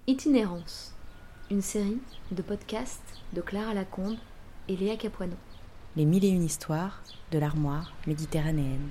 Itinérance, une série de podcasts de Clara Lacombe et Léa Capuano. Les 1001 histoires de l'armoire méditerranéenne.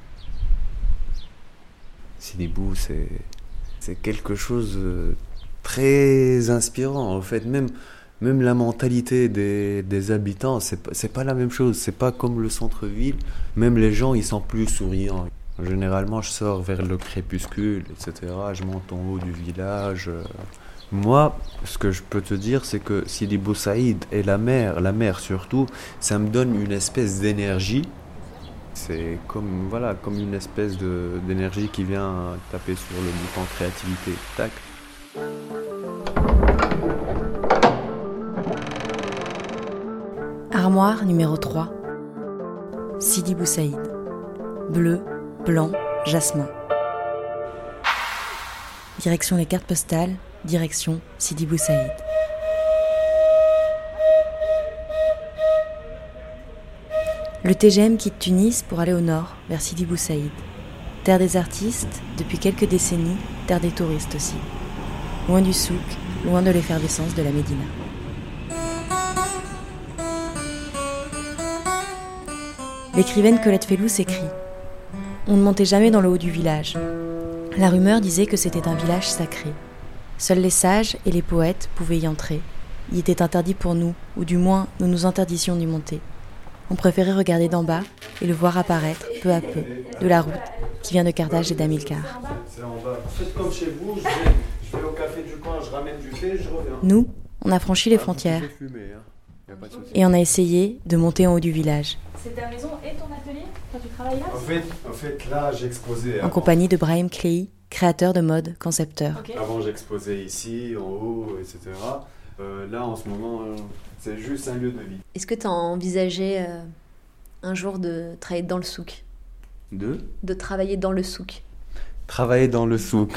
Sidi Bou, c'est quelque chose de très inspirant. En fait, même la mentalité des habitants, c'est pas la même chose. C'est pas comme le centre-ville. Même les gens, ils sont plus souriants. Généralement, je sors vers le crépuscule, etc. Je monte en haut du village. Moi, ce que je peux te dire, c'est que Sidi Bou Saïd et la mer surtout, ça me donne une espèce d'énergie. C'est comme une espèce d'énergie qui vient taper sur le bouton créativité. Tac. Armoire numéro 3. Sidi Bou Saïd. Bleu, blanc, jasmin. Direction les cartes postales, direction Sidi Bou Saïd. Le TGM quitte Tunis pour aller au nord, vers Sidi Bou Saïd. Terre des artistes, depuis quelques décennies, terre des touristes aussi. Loin du souk, loin de l'effervescence de la Médina. L'écrivaine Colette Fellous écrit « On ne montait jamais dans le haut du village. La rumeur disait que c'était un village sacré. Seuls les sages et les poètes pouvaient y entrer. Il était interdit pour nous, ou du moins nous nous interdisions d'y monter. On préférait regarder d'en bas et le voir apparaître, peu à peu, de la route qui vient de Carthage et d'Amilcar. C'est en bas. Faites comme chez vous, je vais au café du coin, je ramène du thé, je reviens. Nous, on a franchi les frontières et on a essayé de monter en haut du village. C'est ta maison et ton atelier quand tu travailles là? En fait, là, j'exposais. En compagnie de Brahim Cléi, créateur de mode, concepteur. Okay. Avant, j'exposais ici, en haut, etc. Là, en ce moment, c'est juste un lieu de vie. Est-ce que tu as envisagé un jour de travailler dans le souk? De travailler dans le souk. Travailler dans le souk.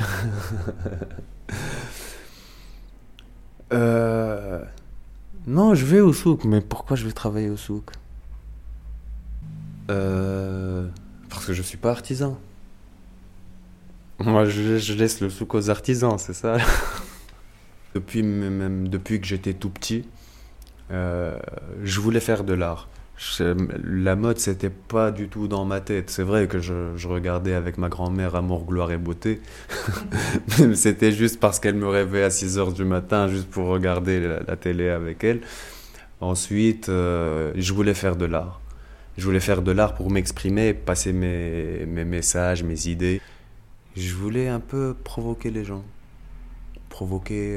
Non, je vais au souk, mais pourquoi je vais travailler au souk? Parce que je suis pas artisan. Moi, je laisse le souk aux artisans, c'est ça. Depuis que j'étais tout petit, je voulais faire de l'art. La mode, c'était pas du tout dans ma tête. C'est vrai que je regardais avec ma grand-mère Amour, gloire et beauté. C'était juste parce qu'elle me réveillait à 6h du matin, juste pour regarder la télé avec elle. Ensuite, je voulais faire de l'art. Je voulais faire de l'art pour m'exprimer, passer mes messages, mes idées. Je voulais un peu provoquer les gens. Provoquer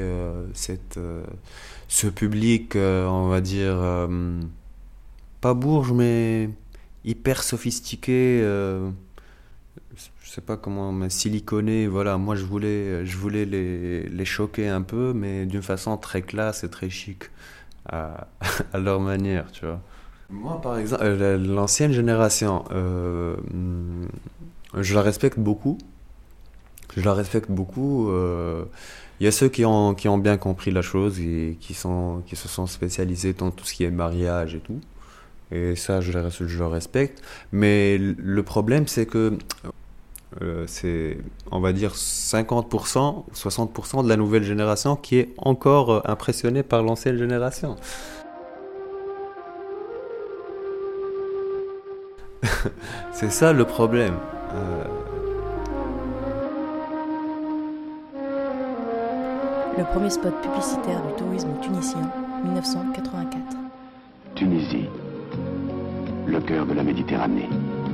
ce public, on va dire, pas bourge, mais hyper sophistiqué, je sais pas comment, mais siliconé. Voilà, moi je voulais les choquer un peu, mais d'une façon très classe et très chic, à leur manière, tu vois. Moi, par exemple, l'ancienne génération, je la respecte beaucoup. Il y a ceux qui ont bien compris la chose et qui se sont spécialisés dans tout ce qui est mariage et tout. Et ça, je le respecte. Mais le problème, c'est que c'est, on va dire, 50%, 60% de la nouvelle génération qui est encore impressionnée par l'ancienne génération. C'est ça le problème. Le premier spot publicitaire du tourisme tunisien, 1984. Tunisie, le cœur de la Méditerranée.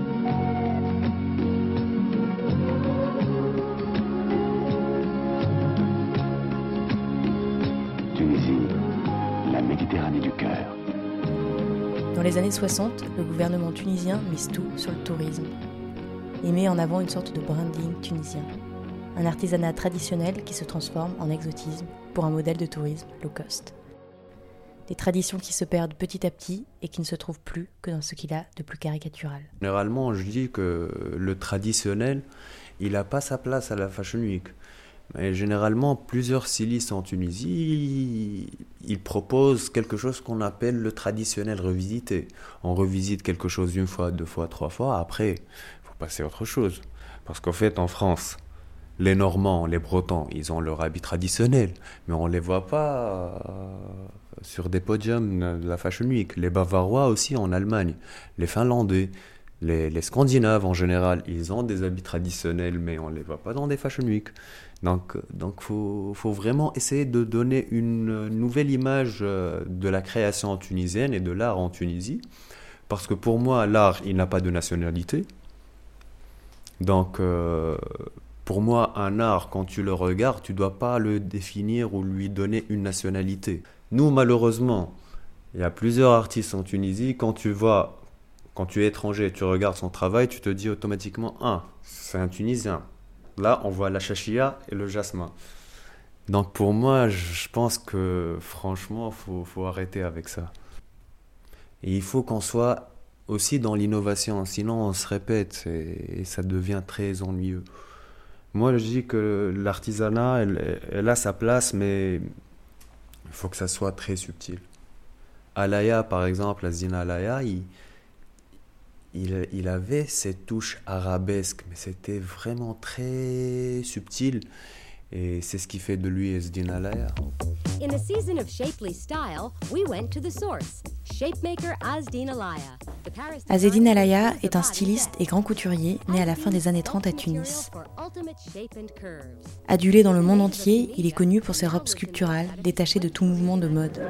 Tunisie, la Méditerranée du cœur. Dans les années 60, le gouvernement tunisien mise tout sur le tourisme et met en avant une sorte de branding tunisien. Un artisanat traditionnel qui se transforme en exotisme pour un modèle de tourisme low cost. Des traditions qui se perdent petit à petit et qui ne se trouvent plus que dans ce qu'il a de plus caricatural. Généralement, je dis que le traditionnel, il n'a pas sa place à la Fashion Week. Mais généralement, plusieurs stylistes en Tunisie, ils proposent quelque chose qu'on appelle le traditionnel revisité. On revisite quelque chose une fois, deux fois, trois fois, après, il faut passer à autre chose. Parce qu'en fait, en France, Les Normands, les Bretons, ils ont leur habit traditionnel, mais on ne les voit pas sur des podiums de la Fashion Week. Les Bavarois aussi en Allemagne, les Finlandais, les Scandinaves en général, ils ont des habits traditionnels, mais on ne les voit pas dans des Fashion Week. Donc faut vraiment essayer de donner une nouvelle image de la création tunisienne et de l'art en Tunisie. Parce que pour moi, l'art, il n'a pas de nationalité. Donc, pour moi, un art, quand tu le regardes, tu ne dois pas le définir ou lui donner une nationalité. Nous, malheureusement, il y a plusieurs artistes en Tunisie. Quand tu es étranger et tu regardes son travail, tu te dis automatiquement « Ah, c'est un Tunisien ». Là, on voit la chachia et le jasmin. Donc, pour moi, je pense que, franchement, faut arrêter avec ça. Et il faut qu'on soit aussi dans l'innovation, sinon on se répète et ça devient très ennuyeux. Moi, je dis que l'artisanat, elle a sa place, mais il faut que ça soit très subtil. Alaya, par exemple, Azdina Alaya, il avait cette touche arabesque, mais c'était vraiment très subtil. Et c'est ce qui fait de lui Azdina Alaya. In the season of shapely style, we went to the source. Shapemaker Azdina Alaya. Azdina Alaya est un styliste et grand couturier né à la fin des années 30 à Tunis. Adulé dans le monde entier, il est connu pour ses robes sculpturales, détachées de tout mouvement de mode.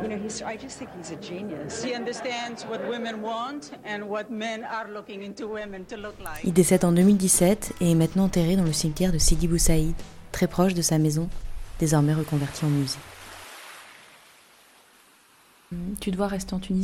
Il décède en 2017 et est maintenant enterré dans le cimetière de Sidi Bou Saïd, très proche de sa maison, désormais reconvertie en musée. Tu dois rester en Tunisie ?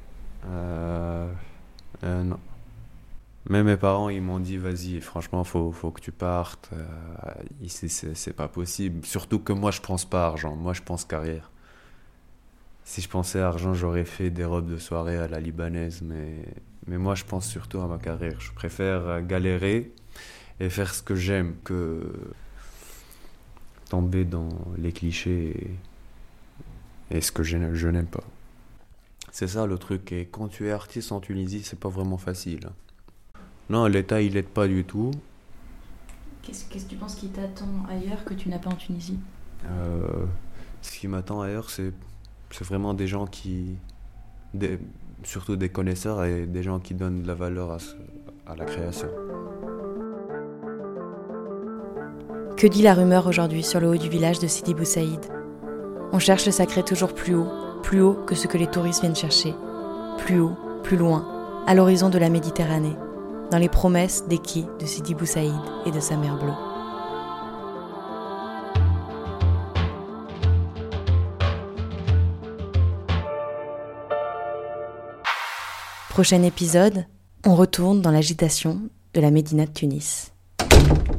Non. Mais mes parents, ils m'ont dit, vas-y, franchement, faut que tu partes. Ici, c'est pas possible. Surtout que moi, je pense pas à argent. Moi, je pense carrière. Si je pensais à argent, j'aurais fait des robes de soirée à la libanaise. Mais moi, je pense surtout à ma carrière. Je préfère galérer et faire ce que j'aime que tomber dans les clichés et ce que je n'aime pas. C'est ça le truc. Et quand tu es artiste en Tunisie, c'est pas vraiment facile. Non, l'État, il aide pas du tout. Qu'est-ce que tu penses qui t'attend ailleurs que tu n'as pas en Tunisie ? Ce qui m'attend ailleurs, c'est vraiment des gens surtout des connaisseurs et des gens qui donnent de la valeur à la création. Que dit la rumeur aujourd'hui sur le haut du village de Sidi Bou Saïd ? On cherche le sacré toujours plus haut que ce que les touristes viennent chercher. Plus haut, plus loin, à l'horizon de la Méditerranée, dans les promesses des quais de Sidi Bou Saïd et de sa mer bleue. Prochain épisode, on retourne dans l'agitation de la Médina de Tunis.